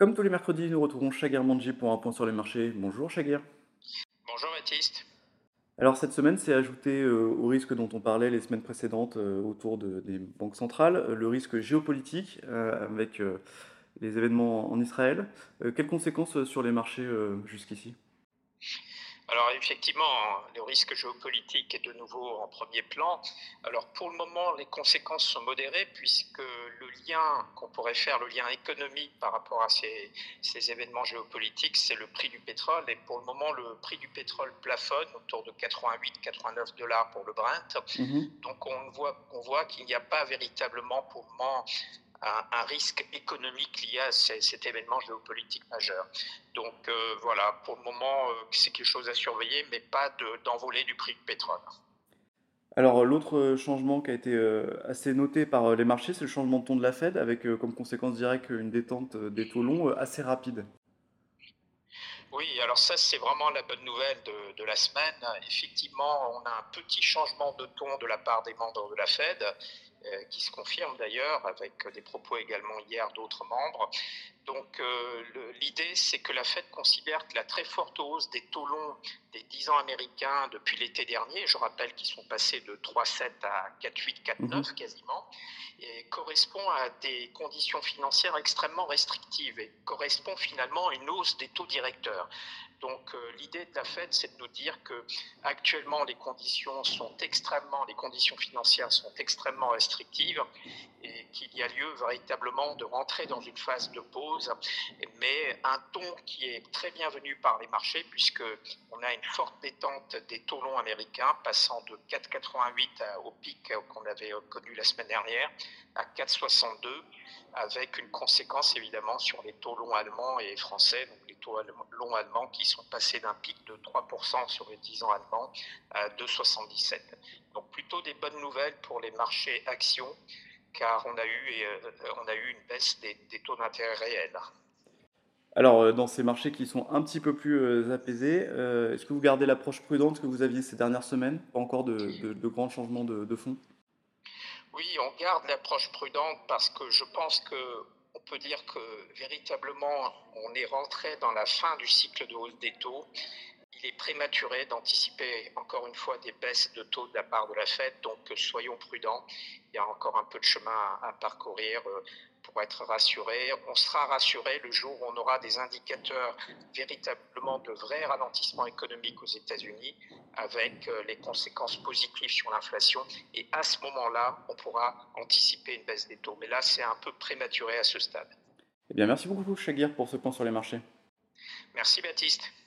Comme tous les mercredis, nous retrouvons Shagir Manji pour un point sur les marchés. Bonjour Shagir. Bonjour Baptiste. Alors cette semaine, c'est ajouté au risque dont on parlait les semaines précédentes autour des banques centrales, le risque géopolitique avec les événements en Israël. Quelles conséquences sur les marchés jusqu'ici? Alors effectivement, le risque géopolitique est de nouveau en premier plan. Alors pour le moment, les conséquences sont modérées puisque le lien qu'on pourrait faire, le lien économique par rapport à ces événements géopolitiques, c'est le prix du pétrole. Et pour le moment, le prix du pétrole plafonne autour de 88-89 dollars pour le Brent. Mhm. Donc on voit qu'il n'y a pas véritablement pour le moment un risque économique lié à cet événement géopolitique majeur. Donc voilà, pour le moment, c'est quelque chose à surveiller, mais pas d'envolée du prix du pétrole. Alors l'autre changement qui a été assez noté par les marchés, c'est le changement de ton de la Fed avec comme conséquence directe une détente des taux longs assez rapide. Oui, alors ça, c'est vraiment la bonne nouvelle de la semaine. Effectivement, on a un petit changement de ton de la part des membres de la Fed, qui se confirme d'ailleurs avec des propos également hier d'autres membres. Donc l'idée, c'est que la Fed considère que la très forte hausse des taux longs des 10 ans américains depuis l'été dernier, je rappelle qu'ils sont passés de 3,7 à 4,8, Mhm. 4,9 quasiment, et correspond à des conditions financières extrêmement restrictives et correspond finalement à une hausse des taux directeurs. Donc l'idée de la Fed, c'est de nous dire que actuellement les conditions financières sont extrêmement restrictives et qu'il y a lieu véritablement de rentrer dans une phase de pause, mais un ton qui est très bienvenu par les marchés puisque on a une forte détente des taux longs américains passant de 4,88 au pic qu'on avait connu la semaine dernière à 4,62 avec une conséquence évidemment sur les taux longs allemands et français, donc les taux longs allemands qui sont passés d'un pic de 3% sur les 10 ans allemands à 2,77. Donc plutôt des bonnes nouvelles pour les marchés actions car on a eu une baisse des taux d'intérêt réels. Alors, dans ces marchés qui sont un petit peu plus, apaisés, est-ce que vous gardez l'approche prudente que vous aviez ces dernières semaines? Pas encore de grands changements de fond? Oui, on garde l'approche prudente parce que je pense que on peut dire que véritablement on est rentré dans la fin du cycle de hausse des taux. Il est prématuré d'anticiper encore une fois des baisses de taux de la part de la Fed, donc soyons prudents. Il y a encore un peu de chemin à parcourir pour être rassuré. On sera rassuré le jour où on aura des indicateurs véritablement de vrai ralentissement économique aux États-Unis avec les conséquences positives sur l'inflation. Et à ce moment-là, on pourra anticiper une baisse des taux. Mais là, c'est un peu prématuré à ce stade. Eh bien, merci beaucoup, Chagir, pour ce point sur les marchés. Merci Baptiste.